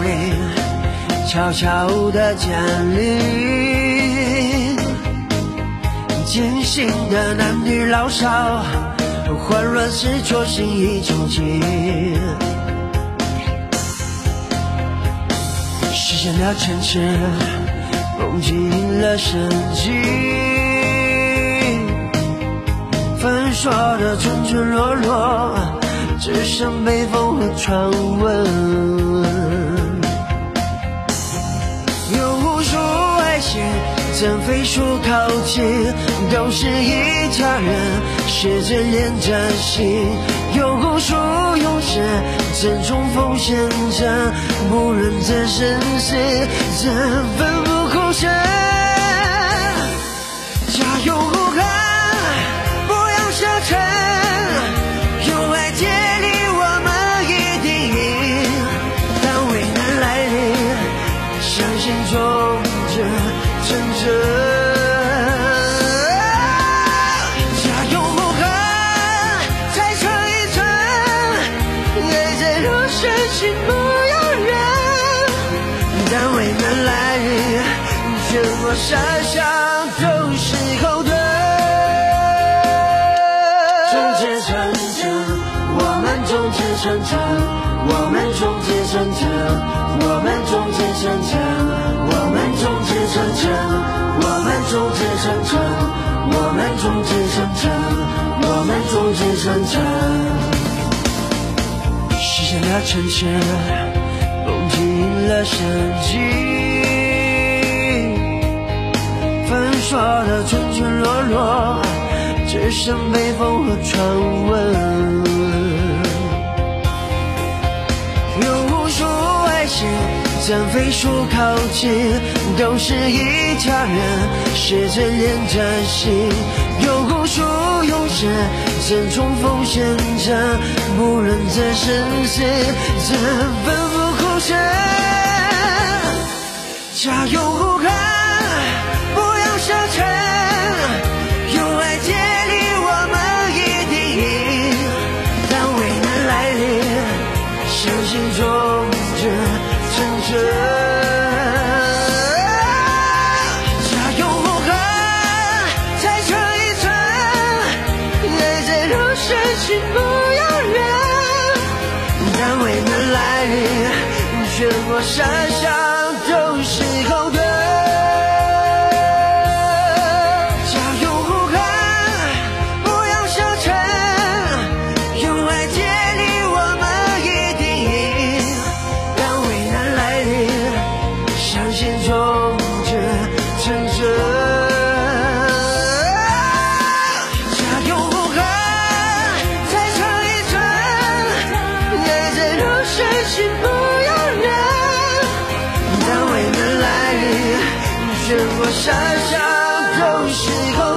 临，悄悄地降临。艰辛的男女老少，混乱时戳心意究竟。实现了城池，梦进了生机。分说的村村落落，只剩北风和传闻。有无数爱情正飞速靠近，都是一家人，时针连着心。有无数勇士正冲锋陷阵，不论这生死，这奋不顾身。加油呼喊，不要下沉，用爱接力，我们一定赢。当危难来临，相信终着真正。心不要忍，当危难来临，全国山上都是后盾。众志成城，我们众志成城，我们众志成城，我们众志成城，我们众志成城，我们众志成城，我们众志成城，我们众志成城。实现了城市，梦进了生机。分说的村村落落，只剩北风和传闻。有无数爱情正飞速靠近，都是一家人，时针连着心。有无数勇士正冲锋陷阵，不论这生死，这奋不顾身。加油呼喊，不要下沉，用爱接力，我们一定赢。当危难来临，相信终着真正。心不要忍，当危难来临，全国山上都是后盾。加油呼喊，不要下沉，用爱接力，我们一定赢。当危难来临，相信终着真正。心不要忍，当危难来临，全国山上都是后盾。